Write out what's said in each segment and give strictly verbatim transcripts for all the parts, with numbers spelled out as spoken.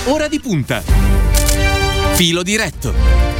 Ora di punta. Filo diretto.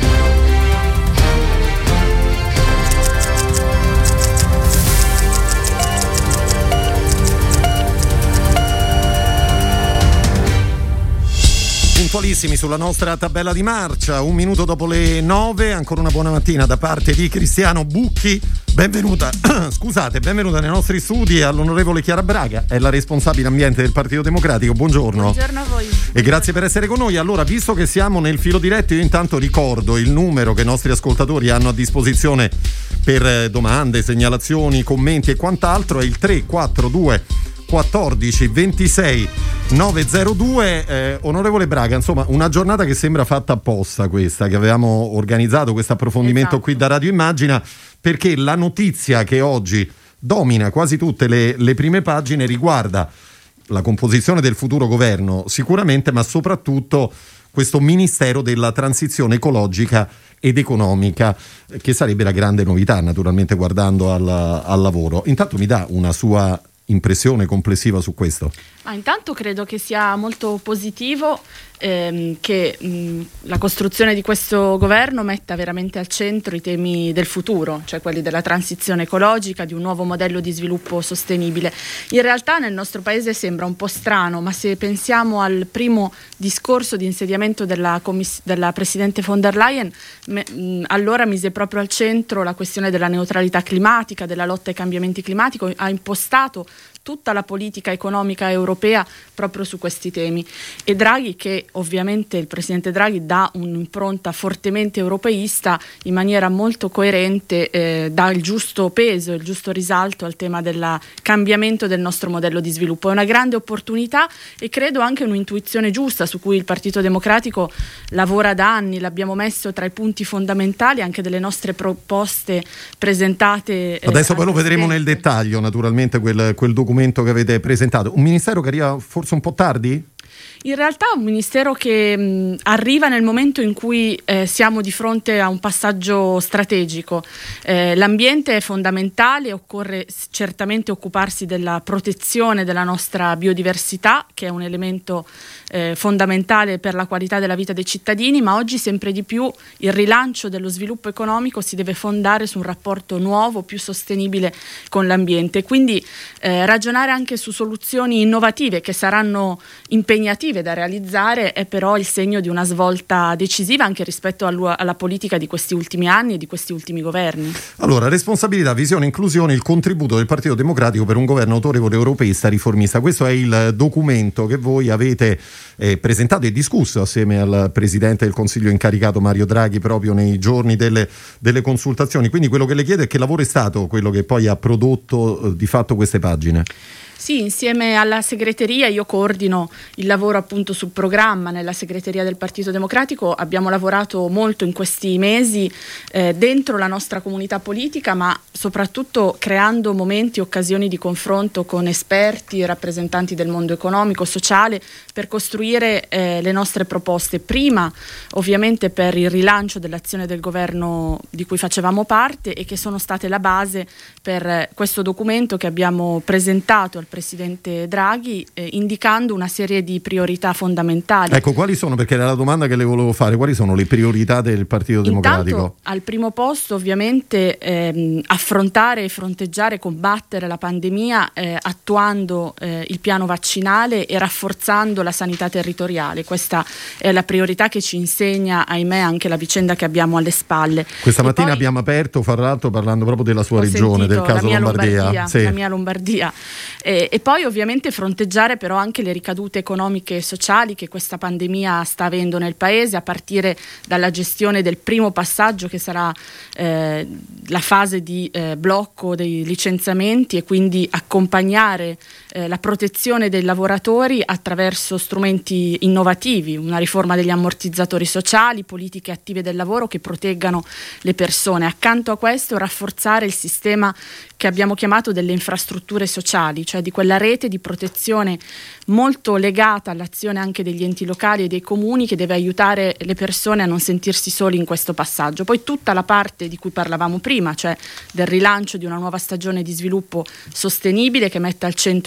Puntualissimi sulla nostra tabella di marcia, un minuto dopo le nove, ancora una buona mattina da parte di Cristiano Bucchi. Benvenuta, scusate, benvenuta nei nostri studi all'onorevole Chiara Braga, è la responsabile ambiente del Partito Democratico. Buongiorno. Buongiorno a voi. E grazie per essere con noi. Allora, visto che siamo nel filo diretto, io intanto ricordo il numero che i nostri ascoltatori hanno a disposizione per domande, segnalazioni, commenti e quant'altro, è il tre quattro due quattordici ventisei novecentodue. eh, onorevole Braga, insomma, una giornata che sembra fatta apposta, questa che avevamo organizzato, questo approfondimento esatto. qui da Radio Immagina, perché la notizia che oggi domina quasi tutte le, le prime pagine riguarda la composizione del futuro governo sicuramente, ma soprattutto questo Ministero della Transizione Ecologica ed Economica, che sarebbe la grande novità, naturalmente, guardando al, al lavoro. Intanto mi dà una sua impressione complessiva su questo? Ah, intanto credo che sia molto positivo ehm, che mh, la costruzione di questo governo metta veramente al centro i temi del futuro, cioè quelli della transizione ecologica, di un nuovo modello di sviluppo sostenibile. In realtà nel nostro paese sembra un po' strano, ma se pensiamo al primo discorso di insediamento della, commiss- della Presidente von der Leyen, me, mh, allora mise proprio al centro la questione della neutralità climatica, della lotta ai cambiamenti climatici, ha impostato tutta la politica economica europea proprio su questi temi. E Draghi, che ovviamente il presidente Draghi dà un'impronta fortemente europeista, in maniera molto coerente eh, dà il giusto peso, il giusto risalto al tema del cambiamento del nostro modello di sviluppo. È una grande opportunità e credo anche un'intuizione giusta su cui il Partito Democratico lavora da anni. L'abbiamo messo tra i punti fondamentali anche delle nostre proposte presentate. Eh, Adesso poi lo vedremo nel dettaglio, naturalmente, quel, quel documento che avete presentato. Un ministero che arriva forse un po' tardi? In realtà è un ministero che mh, arriva nel momento in cui eh, siamo di fronte a un passaggio strategico. Eh, l'ambiente è fondamentale, occorre certamente occuparsi della protezione della nostra biodiversità, che è un elemento eh, fondamentale per la qualità della vita dei cittadini, ma oggi sempre di più il rilancio dello sviluppo economico si deve fondare su un rapporto nuovo, più sostenibile con l'ambiente. Quindi eh, ragionare anche su soluzioni innovative che saranno impegnative da realizzare è però il segno di una svolta decisiva anche rispetto alla politica di questi ultimi anni e di questi ultimi governi. Allora, responsabilità, visione, inclusione, il contributo del Partito Democratico per un governo autorevole, europeista, riformista. Questo è il documento che voi avete eh, presentato e discusso assieme al Presidente del Consiglio incaricato Mario Draghi proprio nei giorni delle, delle consultazioni. Quindi quello che le chiedo è che lavoro è stato quello che poi ha prodotto eh, di fatto queste pagine? Sì, insieme alla segreteria io coordino il lavoro appunto sul programma nella segreteria del Partito Democratico. Abbiamo lavorato molto in questi mesi eh, dentro la nostra comunità politica, ma soprattutto creando momenti e occasioni di confronto con esperti e rappresentanti del mondo economico, sociale, per costruire eh, le nostre proposte. Prima ovviamente per il rilancio dell'azione del governo di cui facevamo parte e che sono state la base per questo documento che abbiamo presentato al Presidente Draghi, eh, indicando una serie di priorità fondamentali. Ecco, quali sono? Perché era la domanda che le volevo fare. Quali sono le priorità del Partito Democratico? Intanto, al primo posto ovviamente ehm, affrontare e fronteggiare, combattere la pandemia eh, attuando eh, il piano vaccinale e rafforzando la sanità territoriale. Questa è la priorità che ci insegna, ahimè, anche la vicenda che abbiamo alle spalle. Questa e mattina poi, abbiamo aperto, fra l'altro, parlando proprio della sua regione, del caso la mia Lombardia. Lombardia Sì. La mia Lombardia. E, e poi ovviamente fronteggiare però anche le ricadute economiche e sociali che questa pandemia sta avendo nel paese, a partire dalla gestione del primo passaggio che sarà eh, la fase di eh, blocco dei licenziamenti, e quindi accompagnare eh, la protezione dei lavoratori attraverso strumenti innovativi, una riforma degli ammortizzatori sociali, politiche attive del lavoro che proteggano le persone. Accanto a questo rafforzare il sistema che abbiamo chiamato delle infrastrutture sociali, cioè di quella rete di protezione molto legata all'azione anche degli enti locali e dei comuni, che deve aiutare le persone a non sentirsi soli in questo passaggio. Poi tutta la parte di cui parlavamo prima, cioè del rilancio di una nuova stagione di sviluppo sostenibile che metta al centro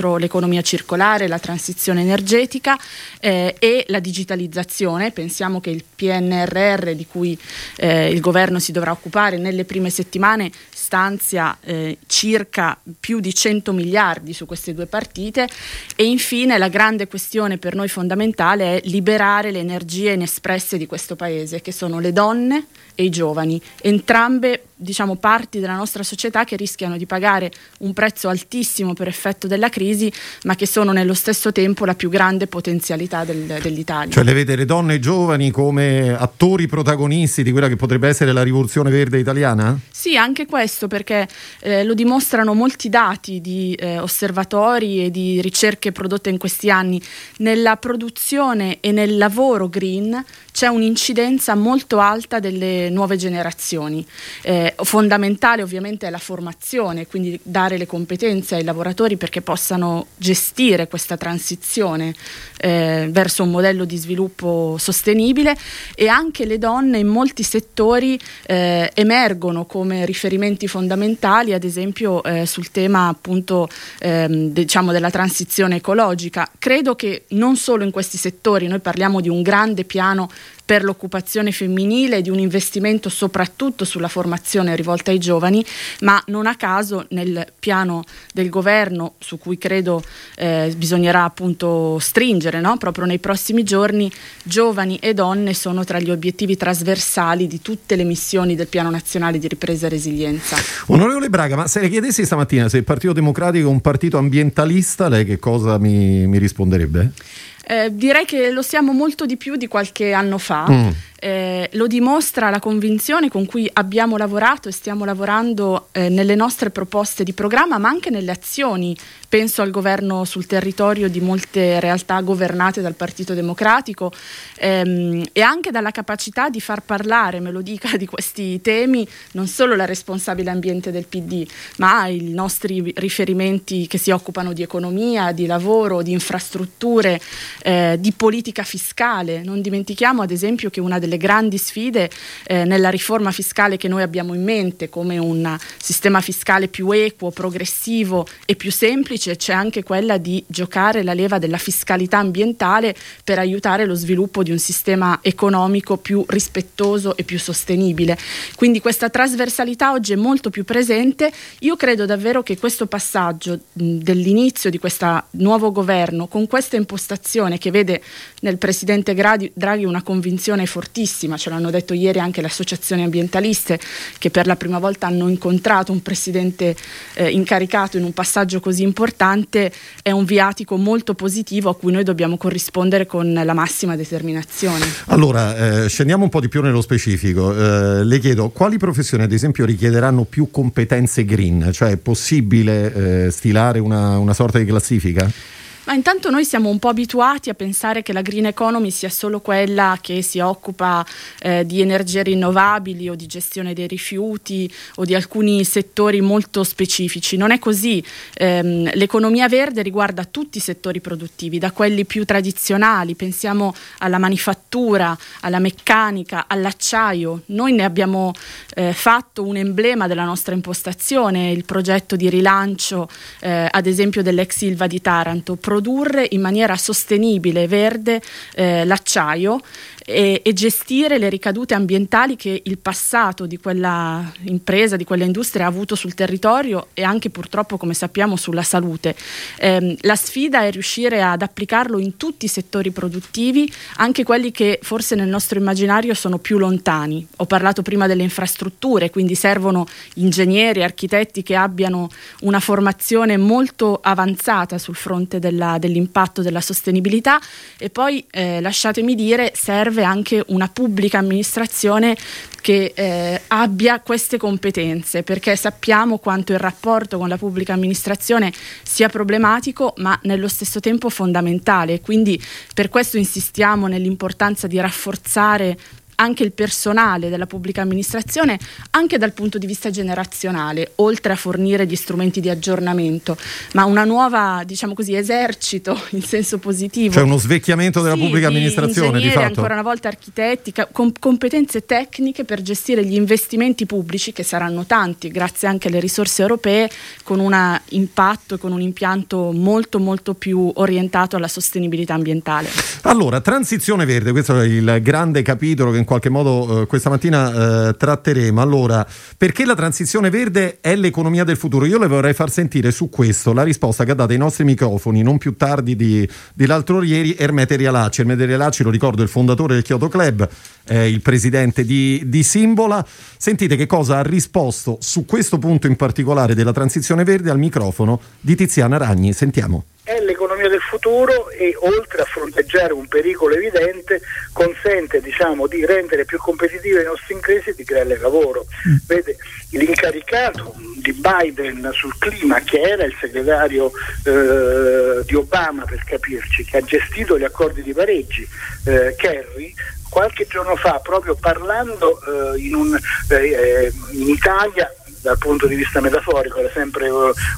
dentro l'economia circolare, la transizione energetica eh, e la digitalizzazione. Pensiamo che il P N R R di cui eh, il governo si dovrà occupare nelle prime settimane stanzia eh, circa più di cento miliardi su queste due partite. E infine la grande questione per noi fondamentale è liberare le energie inespresse di questo paese, che sono le donne e i giovani, entrambe diciamo parti della nostra società che rischiano di pagare un prezzo altissimo per effetto della crisi, ma che sono nello stesso tempo la più grande potenzialità del, dell'Italia. Cioè le vede le donne e i giovani come attori protagonisti di quella che potrebbe essere la rivoluzione verde italiana? Sì, anche questo, perché eh, lo dimostrano molti dati di eh, osservatori e di ricerche prodotte in questi anni. Nella produzione e nel lavoro green c'è un'incidenza molto alta delle nuove generazioni. Eh, fondamentale ovviamente è la formazione, quindi dare le competenze ai lavoratori perché possano gestire questa transizione eh, verso un modello di sviluppo sostenibile, e anche le donne in molti settori eh, emergono come riferimenti fondamentali, ad esempio eh, sul tema appunto ehm, diciamo della transizione ecologica. Credo che non solo in questi settori, noi parliamo di un grande piano per l'occupazione femminile, di un investimento soprattutto sulla formazione rivolta ai giovani, ma non a caso nel piano del governo, su cui credo eh, bisognerà appunto stringere, no? proprio nei prossimi giorni, giovani e donne sono tra gli obiettivi trasversali di tutte le missioni del Piano Nazionale di Ripresa e Resilienza. Onorevole Braga, ma se le chiedessi stamattina se il Partito Democratico è un partito ambientalista, lei che cosa mi, mi risponderebbe? Eh, direi che lo siamo molto di più di qualche anno fa. Mm. Eh, lo dimostra la convinzione con cui abbiamo lavorato e stiamo lavorando eh, nelle nostre proposte di programma, ma anche nelle azioni. Penso al governo sul territorio di molte realtà governate dal Partito Democratico ehm, e anche dalla capacità di far parlare, me lo dica, di questi temi non solo la responsabile ambiente del P D, ma i nostri riferimenti che si occupano di economia, di lavoro, di infrastrutture, eh, di politica fiscale. Non dimentichiamo ad esempio che una delle grandi sfide eh, nella riforma fiscale che noi abbiamo in mente come un sistema fiscale più equo, progressivo e più semplice, c'è anche quella di giocare la leva della fiscalità ambientale per aiutare lo sviluppo di un sistema economico più rispettoso e più sostenibile. Quindi questa trasversalità oggi è molto più presente. Io credo davvero che questo passaggio mh, dell'inizio di questo nuovo governo, con questa impostazione che vede nel Presidente Draghi una convinzione fortissima, ce l'hanno detto ieri anche le associazioni ambientaliste che per la prima volta hanno incontrato un Presidente eh, incaricato in un passaggio così importante, è un viatico molto positivo a cui noi dobbiamo corrispondere con la massima determinazione. Allora, eh, scendiamo un po' di più nello specifico. Eh, le chiedo, quali professioni ad esempio richiederanno più competenze green? Cioè è possibile eh, stilare una, una sorta di classifica? Ma intanto noi siamo un po' abituati a pensare che la green economy sia solo quella che si occupa eh, di energie rinnovabili o di gestione dei rifiuti o di alcuni settori molto specifici. Non è così. Ehm, l'economia verde riguarda tutti i settori produttivi, da quelli più tradizionali, pensiamo alla manifattura, alla meccanica, all'acciaio. Noi ne abbiamo eh, fatto un emblema della nostra impostazione, il progetto di rilancio eh, ad esempio dell'ex Ilva di Taranto, produrre in maniera sostenibile e verde eh, l'acciaio e, e gestire le ricadute ambientali che il passato di quella impresa, di quella industria ha avuto sul territorio e anche purtroppo, come sappiamo, sulla salute. Eh, la sfida è riuscire ad applicarlo in tutti i settori produttivi, anche quelli che forse nel nostro immaginario sono più lontani. Ho parlato prima delle infrastrutture, quindi servono ingegneri, architetti che abbiano una formazione molto avanzata sul fronte della, dell'impatto della sostenibilità, e poi eh, lasciatemi dire serve anche una pubblica amministrazione che eh, abbia queste competenze, perché sappiamo quanto il rapporto con la pubblica amministrazione sia problematico ma nello stesso tempo fondamentale. Quindi per questo insistiamo nell'importanza di rafforzare anche il personale della pubblica amministrazione, anche dal punto di vista generazionale, oltre a fornire gli strumenti di aggiornamento, ma una nuova, diciamo così, esercito in senso positivo. C'è uno svecchiamento della sì, pubblica di amministrazione, di fatto. Ancora una volta architetti, com- competenze tecniche per gestire gli investimenti pubblici, che saranno tanti, grazie anche alle risorse europee, con un impatto e con un impianto molto molto più orientato alla sostenibilità ambientale. Allora, transizione verde, questo è il grande capitolo che in qualche modo eh, questa mattina eh, tratteremo. Allora, perché la transizione verde è l'economia del futuro? Io le vorrei far sentire su questo la risposta che ha dato ai nostri microfoni non più tardi di, di l'altro ieri Ermete Realacci. Ermete Realacci, lo ricordo, è il fondatore del Kyoto Club, è il presidente di, di Simbola. Sentite che cosa ha risposto su questo punto in particolare della transizione verde al microfono di Tiziana Ragni. Sentiamo. È l'economia del futuro e, oltre a fronteggiare un pericolo evidente, consente, diciamo, di rendere più competitivi i nostri imprese e di creare lavoro. Mm. Vede, l'incaricato di Biden sul clima, che era il segretario eh, di Obama, per capirci, che ha gestito gli accordi di Parigi, eh, Kerry, qualche giorno fa, proprio parlando eh, in, un, eh, in Italia, dal punto di vista metaforico, era sempre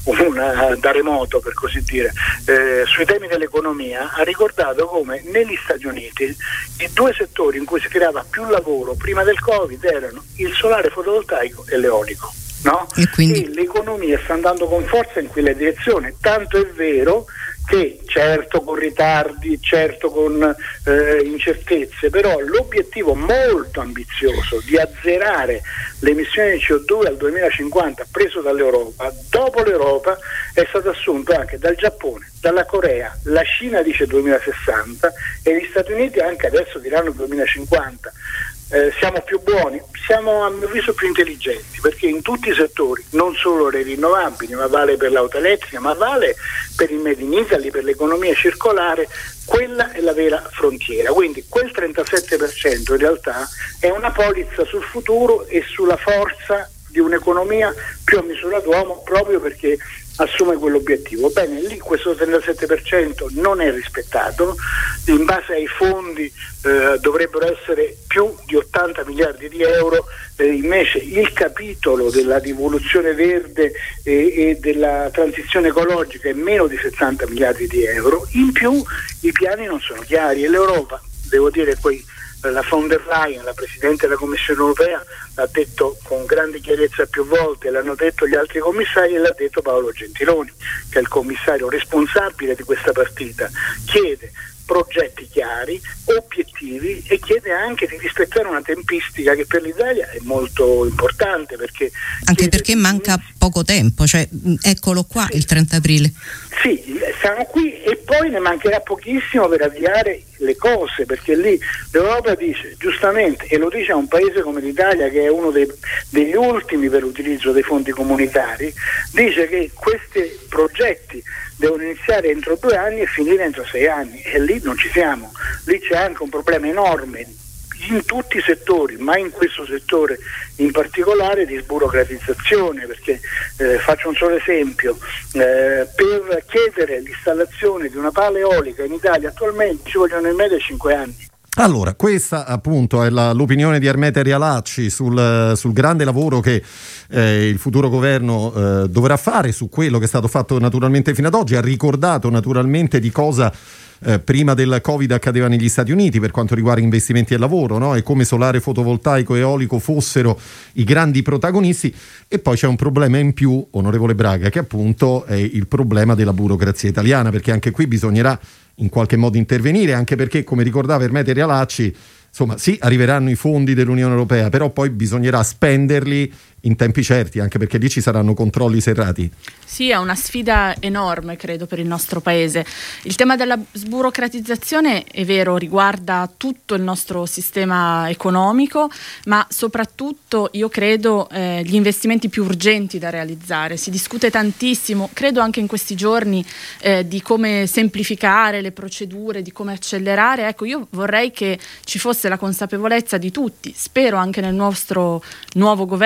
una, da remoto, per così dire, eh, sui temi dell'economia, ha ricordato come negli Stati Uniti i due settori in cui si creava più lavoro prima del Covid erano il solare fotovoltaico e l'eolico, no? E quindi? E l'economia sta andando con forza in quella direzione, tanto è vero che, certo con ritardi, certo con eh, incertezze, però l'obiettivo molto ambizioso di azzerare le emissioni di C O due al duemilacinquanta preso dall'Europa, dopo l'Europa è stato assunto anche dal Giappone, dalla Corea, la Cina dice duemilasessanta e gli Stati Uniti anche adesso diranno duemilacinquanta. Eh, siamo più buoni, siamo a mio avviso più intelligenti, perché in tutti i settori, non solo le rinnovabili, ma vale per l'auto elettrica, ma vale per il Made in Italy, per l'economia circolare, quella è la vera frontiera. Quindi quel trentasette per cento in realtà è una polizza sul futuro e sulla forza di un'economia più a misura d'uomo, proprio perché assume quell'obiettivo. Bene, lì questo trentasette per cento non è rispettato, in base ai fondi eh, dovrebbero essere più di ottanta miliardi di euro, eh, invece il capitolo della rivoluzione verde e, e della transizione ecologica è meno di settanta miliardi di euro, in più i piani non sono chiari e l'Europa, devo dire, poi la von der Leyen, la Presidente della Commissione Europea, l'ha detto con grande chiarezza più volte, l'hanno detto gli altri commissari e l'ha detto Paolo Gentiloni, che è il commissario responsabile di questa partita, chiede progetti chiari, obiettivi e chiede anche di rispettare una tempistica che per l'Italia è molto importante, perché anche perché manca poco tempo, cioè eccolo qua, sì, il trenta aprile. Sì, siamo qui e poi ne mancherà pochissimo per avviare le cose, perché lì l'Europa dice giustamente, e lo dice a un paese come l'Italia che è uno dei, degli ultimi per l'utilizzo dei fondi comunitari, dice che questi progetti devono iniziare entro due anni e finire entro sei anni, e lì non ci siamo. Lì c'è anche un problema enorme in tutti i settori, ma in questo settore in particolare di sburocratizzazione, perché eh, faccio un solo esempio, eh, per chiedere l'installazione di una pala eolica in Italia attualmente ci vogliono in media cinque anni. Allora, questa appunto è la, l'opinione di Ermete Realacci sul, sul grande lavoro che eh, il futuro governo eh, dovrà fare, su quello che è stato fatto naturalmente fino ad oggi. Ha ricordato naturalmente di cosa eh, prima del Covid accadeva negli Stati Uniti per quanto riguarda investimenti e lavoro, no? E come solare fotovoltaico e eolico fossero i grandi protagonisti. E poi c'è un problema in più, onorevole Braga, che appunto è il problema della burocrazia italiana, perché anche qui bisognerà in qualche modo intervenire, anche perché, come ricordava Ermete Realacci, insomma sì, arriveranno i fondi dell'Unione Europea, però poi bisognerà spenderli in tempi certi, anche perché lì ci saranno controlli serrati. Sì, è una sfida enorme, credo, per il nostro paese. Il tema della sburocratizzazione, è vero, riguarda tutto il nostro sistema economico, ma soprattutto io credo eh, gli investimenti più urgenti da realizzare. Si discute tantissimo, credo anche in questi giorni, eh, di come semplificare le procedure, di come accelerare. Ecco, io vorrei che ci fosse la consapevolezza di tutti, spero anche nel nostro nuovo governo che ci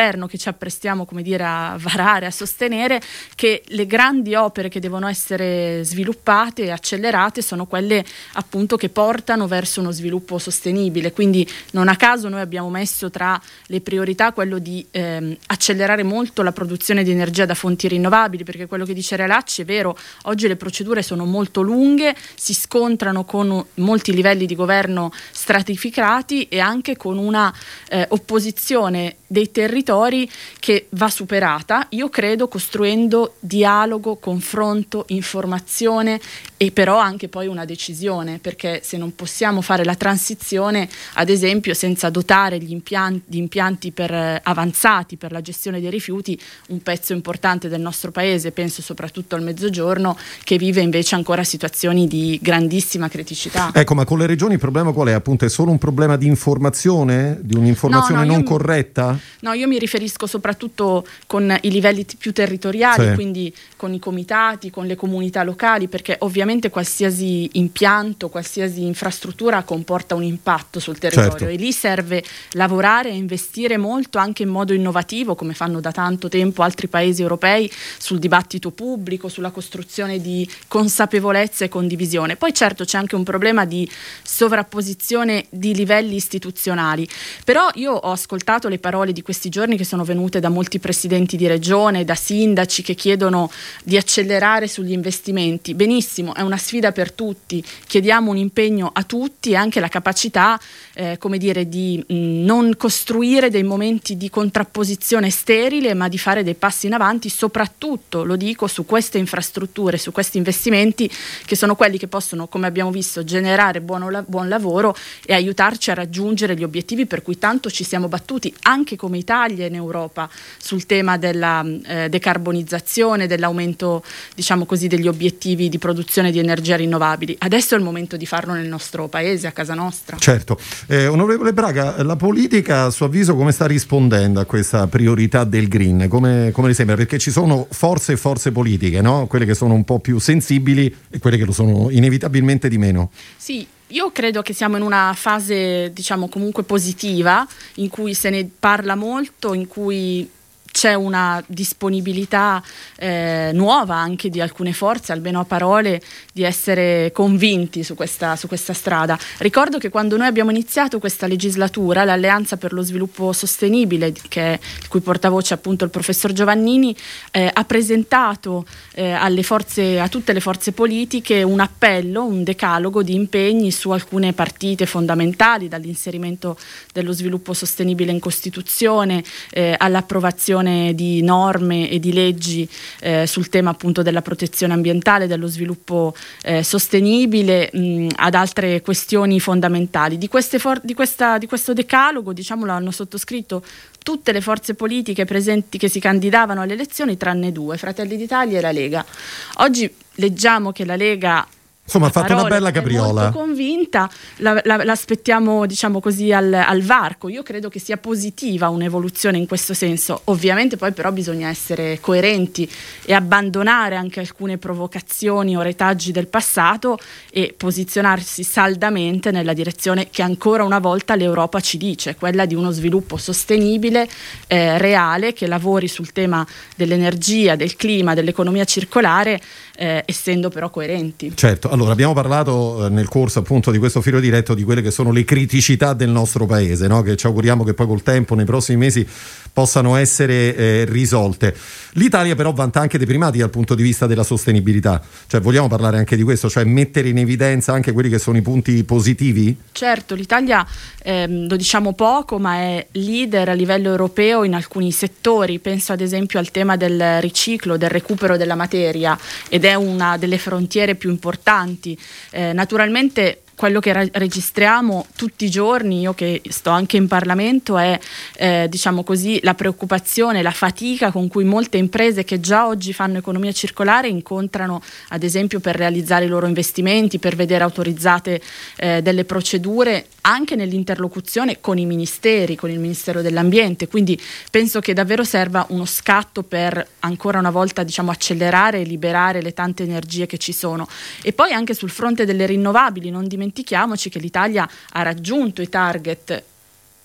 ci apprestiamo, come dire, a varare, a sostenere, che le grandi opere che devono essere sviluppate e accelerate sono quelle appunto che portano verso uno sviluppo sostenibile. Quindi non a caso noi abbiamo messo tra le priorità quello di ehm, accelerare molto la produzione di energia da fonti rinnovabili, perché quello che dice Realacci è vero, oggi le procedure sono molto lunghe, si scontrano con molti livelli di governo stratificati e anche con una eh, opposizione dei territori che va superata, io credo, costruendo dialogo, confronto, informazione e però anche poi una decisione, perché se non possiamo fare la transizione, ad esempio, senza dotare gli impianti, gli impianti per, eh, avanzati per la gestione dei rifiuti, un pezzo importante del nostro paese, penso soprattutto al Mezzogiorno, che vive invece ancora situazioni di grandissima criticità. Ecco, ma con le regioni il problema qual è? Appunto è solo un problema di informazione, di un'informazione no, no, non mi, corretta? No, io mi riferisco soprattutto con i livelli t- più territoriali, sì. Quindi con i comitati, con le comunità locali, perché ovviamente qualsiasi impianto, qualsiasi infrastruttura comporta un impatto sul territorio, certo. E lì serve lavorare e investire molto anche in modo innovativo, come fanno da tanto tempo altri paesi europei, sul dibattito pubblico, sulla costruzione di consapevolezza e condivisione. Poi certo c'è anche un problema di sovrapposizione di livelli istituzionali, però io ho ascoltato le parole di questi giorni che sono venute da molti presidenti di regione, da sindaci che chiedono di accelerare sugli investimenti. Benissimo, è una sfida per tutti, chiediamo un impegno a tutti e anche la capacità eh, come dire, di mh, non costruire dei momenti di contrapposizione sterile, ma di fare dei passi in avanti, soprattutto, lo dico, su queste infrastrutture, su questi investimenti che sono quelli che possono, come abbiamo visto, generare buono, buon lavoro e aiutarci a raggiungere gli obiettivi per cui tanto ci siamo battuti anche come Italia in Europa sul tema della eh, decarbonizzazione, dell'aumento, diciamo così, degli obiettivi di produzione di energia rinnovabili. Adesso è il momento di farlo nel nostro paese, a casa nostra. Certo. Eh, onorevole Braga, la politica a suo avviso come sta rispondendo a questa priorità del green? Come, come le sembra? Perché ci sono forze e forze politiche, no? Quelle che sono un po' più sensibili e quelle che lo sono inevitabilmente di meno. Sì. Io credo che siamo in una fase, diciamo, comunque positiva, in cui se ne parla molto, in cui c'è una disponibilità eh, nuova anche di alcune forze, almeno a parole, di essere convinti su questa, su questa strada. Ricordo che quando noi abbiamo iniziato questa legislatura, l'Alleanza per lo Sviluppo Sostenibile, che, il cui portavoce appunto il professor Giovannini, eh, ha presentato eh, alle forze, a tutte le forze politiche un appello, un decalogo di impegni su alcune partite fondamentali, dall'inserimento dello sviluppo sostenibile in Costituzione eh, all'approvazione di norme e di leggi eh, sul tema appunto della protezione ambientale, dello sviluppo eh, sostenibile, mh, ad altre questioni fondamentali. Di, queste for- di, questa, di questo decalogo, diciamo, lo hanno sottoscritto tutte le forze politiche presenti che si candidavano alle elezioni, tranne due, Fratelli d'Italia e la Lega. Oggi leggiamo che la Lega, insomma, ha fatto una bella capriola. Molto convinta, la, la, l'aspettiamo, diciamo così, al, al varco. Io credo che sia positiva un'evoluzione in questo senso. Ovviamente poi però bisogna essere coerenti e abbandonare anche alcune provocazioni o retaggi del passato e posizionarsi saldamente nella direzione che ancora una volta l'Europa ci dice, quella di uno sviluppo sostenibile, eh, reale, che lavori sul tema dell'energia, del clima, dell'economia circolare, eh, essendo però coerenti. Certo. Allora, abbiamo parlato eh, nel corso appunto di questo filo diretto di quelle che sono le criticità del nostro paese, no? Che ci auguriamo che poi col tempo, nei prossimi mesi, possano essere eh, risolte. L'Italia però vanta anche dei primati dal punto di vista della sostenibilità, cioè vogliamo parlare anche di questo, cioè mettere in evidenza anche quelli che sono i punti positivi? Certo, l'Italia ehm, lo diciamo poco, ma è leader a livello europeo in alcuni settori. Penso ad esempio al tema del riciclo, del recupero della materia, ed è una delle frontiere più importanti. Eh, naturalmente quello che ra- registriamo tutti i giorni, io che sto anche in Parlamento, è eh, diciamo così la preoccupazione, la fatica con cui molte imprese che già oggi fanno economia circolare incontrano, ad esempio, per realizzare i loro investimenti, per vedere autorizzate eh, delle procedure anche nell'interlocuzione con i ministeri, con il Ministero dell'Ambiente. Quindi penso che davvero serva uno scatto per ancora una volta, diciamo, accelerare e liberare le tante energie che ci sono. E poi anche sul fronte delle rinnovabili, non dimentichiamoci che l'Italia ha raggiunto i target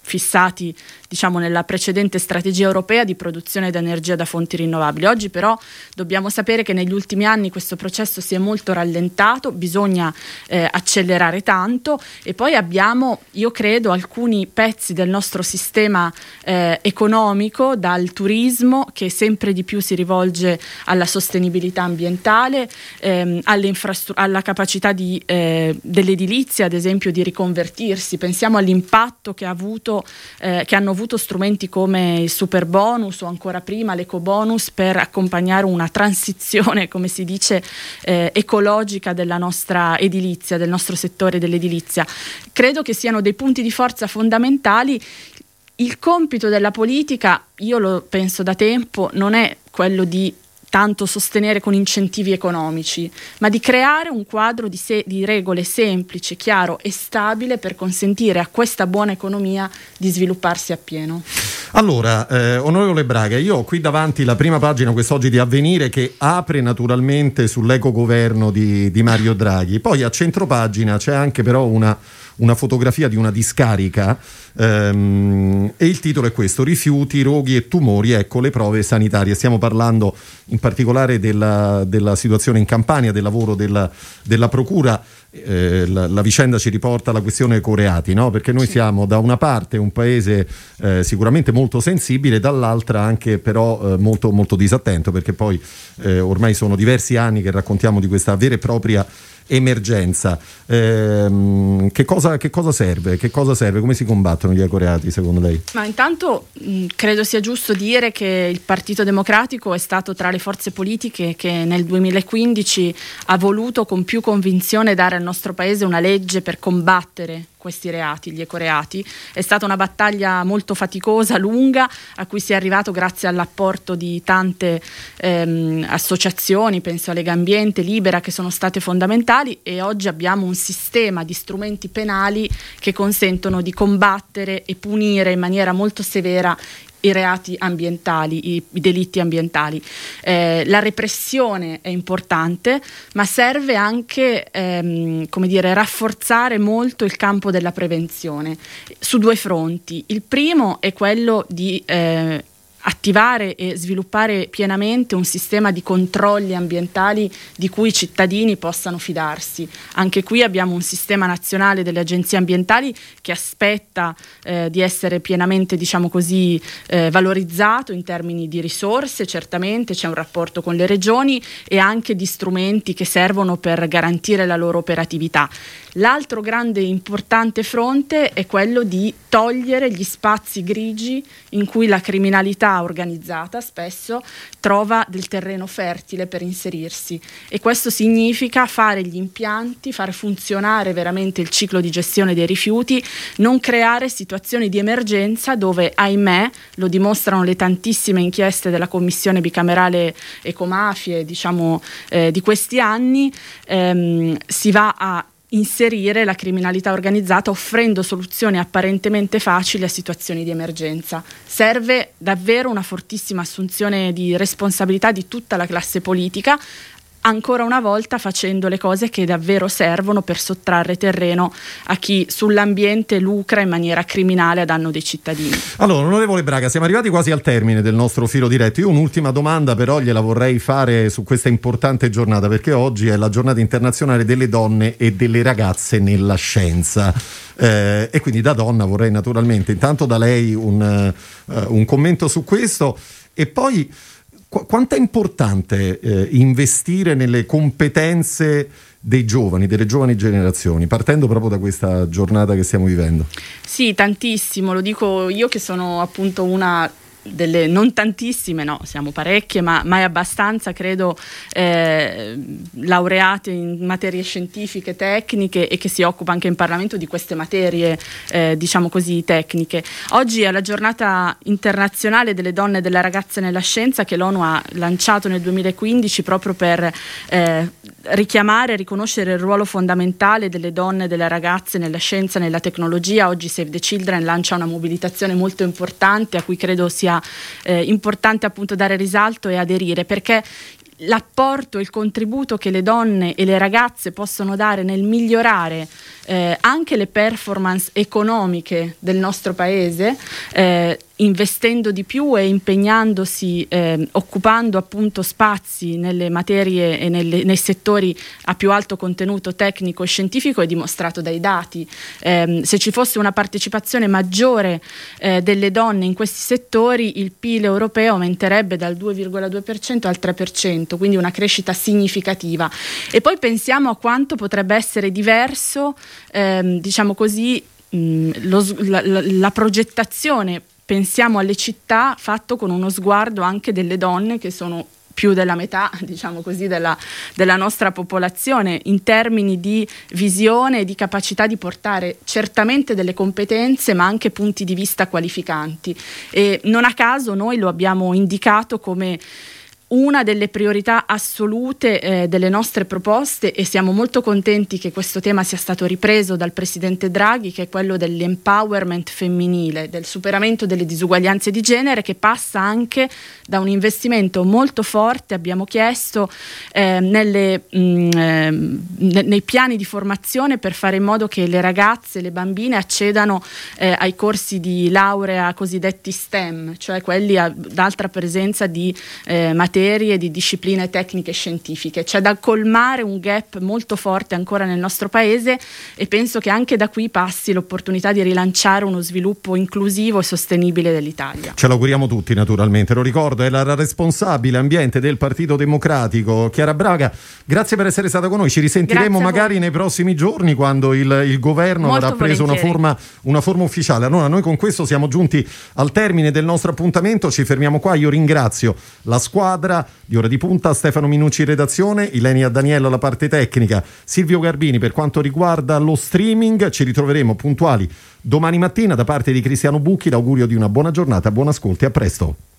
fissati, diciamo, nella precedente strategia europea di produzione di energia da fonti rinnovabili. Oggi però dobbiamo sapere che negli ultimi anni questo processo si è molto rallentato, bisogna eh, accelerare tanto, e poi abbiamo, io credo, alcuni pezzi del nostro sistema eh, economico, dal turismo che sempre di più si rivolge alla sostenibilità ambientale, ehm, alle infrastru- alla capacità di, eh, dell'edilizia, ad esempio, di riconvertirsi. Pensiamo all'impatto che ha avuto Eh, che hanno avuto strumenti come il super bonus o ancora prima l'eco bonus per accompagnare una transizione, come si dice, eh, ecologica della nostra edilizia, del nostro settore dell'edilizia. Credo che siano dei punti di forza fondamentali. Il compito della politica, io lo penso da tempo, non è quello di tanto sostenere con incentivi economici, ma di creare un quadro di, se- di regole semplice, chiaro e stabile per consentire a questa buona economia di svilupparsi appieno. Allora, eh, onorevole Braga, io ho qui davanti la prima pagina quest'oggi di Avvenire, che apre naturalmente sull'ecogoverno di, di Mario Draghi. Poi a centropagina c'è anche però una, una fotografia di una discarica ehm, e il titolo è questo: rifiuti, roghi e tumori, ecco le prove sanitarie. Stiamo parlando in particolare della, della situazione in Campania, del lavoro della, della procura. Eh, la, la vicenda ci riporta alla questione ecoreati, no? Perché noi sì. siamo da una parte un paese eh, sicuramente molto sensibile, dall'altra anche però eh, molto, molto disattento, perché poi eh, ormai sono diversi anni che raccontiamo di questa vera e propria emergenza. Eh, che cosa, che cosa serve? Che cosa serve? Come si combattono gli ecoreati secondo lei? Ma intanto mh, credo sia giusto dire che il Partito Democratico è stato tra le forze politiche che nel duemilaquindici ha voluto con più convinzione dare al nostro paese una legge per combattere questi reati, gli ecoreati. È stata una battaglia molto faticosa, lunga, a cui si è arrivato grazie all'apporto di tante ehm, associazioni, penso a Lega Ambiente, Libera, che sono state fondamentali, e oggi abbiamo un sistema di strumenti penali che consentono di combattere e punire in maniera molto severa i reati ambientali, i, i delitti ambientali. Eh, la repressione è importante, ma serve anche ehm, come dire, rafforzare molto il campo della prevenzione su due fronti. Il primo è quello di eh, attivare e sviluppare pienamente un sistema di controlli ambientali di cui i cittadini possano fidarsi. Anche qui abbiamo un sistema nazionale delle agenzie ambientali che aspetta eh, di essere pienamente, diciamo così, eh, valorizzato in termini di risorse. Certamente c'è un rapporto con le regioni e anche di strumenti che servono per garantire la loro operatività. L'altro grande e importante fronte è quello di togliere gli spazi grigi in cui la criminalità organizzata spesso trova del terreno fertile per inserirsi, e questo significa fare gli impianti, fare funzionare veramente il ciclo di gestione dei rifiuti, non creare situazioni di emergenza dove, ahimè, lo dimostrano le tantissime inchieste della Commissione bicamerale ecomafie, diciamo, eh, di questi anni, ehm, si va a inserire la criminalità organizzata offrendo soluzioni apparentemente facili a situazioni di emergenza. Serve davvero una fortissima assunzione di responsabilità di tutta la classe politica, ancora una volta facendo le cose che davvero servono per sottrarre terreno a chi sull'ambiente lucra in maniera criminale a danno dei cittadini. Allora, onorevole Braga, siamo arrivati quasi al termine del nostro filo diretto. Io un'ultima domanda però gliela vorrei fare su questa importante giornata, perché oggi è la giornata internazionale delle donne e delle ragazze nella scienza. Eh, e quindi da donna vorrei naturalmente intanto da lei un, uh, un commento su questo, e poi Qu- quanto è importante eh, investire nelle competenze dei giovani, delle giovani generazioni, partendo proprio da questa giornata che stiamo vivendo? Sì, tantissimo, lo dico io che sono appunto una delle non tantissime, no, siamo parecchie, ma mai abbastanza, credo, eh, laureate in materie scientifiche, tecniche, e che si occupa anche in Parlamento di queste materie, eh, diciamo così, tecniche. Oggi è la giornata internazionale delle donne e delle ragazze nella scienza, che l'ONU ha lanciato nel duemilaquindici proprio per eh, richiamare e riconoscere il ruolo fondamentale delle donne e delle ragazze nella scienza e nella tecnologia. Oggi Save the Children lancia una mobilitazione molto importante a cui credo sia Eh, importante appunto dare risalto e aderire, perché l'apporto e il contributo che le donne e le ragazze possono dare nel migliorare eh, anche le performance economiche del nostro paese, eh, investendo di più e impegnandosi, eh, occupando appunto spazi nelle materie e nelle, nei settori a più alto contenuto tecnico e scientifico, è dimostrato dai dati. Eh, se ci fosse una partecipazione maggiore eh, delle donne in questi settori, il P I L europeo aumenterebbe dal due virgola due per cento al tre per cento, quindi una crescita significativa. E poi pensiamo a quanto potrebbe essere diverso, ehm, diciamo così, mh, lo, la, la, la progettazione. Pensiamo alle città fatto con uno sguardo anche delle donne, che sono più della metà, diciamo così, della, della nostra popolazione, in termini di visione e di capacità di portare certamente delle competenze, ma anche punti di vista qualificanti. E non a caso noi lo abbiamo indicato come una delle priorità assolute eh, delle nostre proposte, e siamo molto contenti che questo tema sia stato ripreso dal Presidente Draghi, che è quello dell'empowerment femminile, del superamento delle disuguaglianze di genere, che passa anche da un investimento molto forte, abbiamo chiesto, eh, nelle, mh, eh, nei piani di formazione per fare in modo che le ragazze, le bambine accedano eh, ai corsi di laurea cosiddetti STEM, cioè quelli ad alta presenza di eh, materie e di discipline tecniche e scientifiche. C'è da colmare un gap molto forte ancora nel nostro paese, e penso che anche da qui passi l'opportunità di rilanciare uno sviluppo inclusivo e sostenibile dell'Italia. Ce l'auguriamo tutti, naturalmente. Lo ricordo, è la responsabile ambiente del Partito Democratico, Chiara Braga. Grazie per essere stata con noi, ci risentiremo magari nei prossimi giorni, quando il, il governo Molto avrà preso una forma, una forma ufficiale. Allora, noi con questo siamo giunti al termine del nostro appuntamento, ci fermiamo qua. Io ringrazio la squadra di Ora di Punta, Stefano Minucci redazione, Ilenia Daniello alla parte tecnica, Silvio Garbini per quanto riguarda lo streaming. Ci ritroveremo puntuali domani mattina. Da parte di Cristiano Bucchi l'augurio di una buona giornata, buon ascolto e a presto.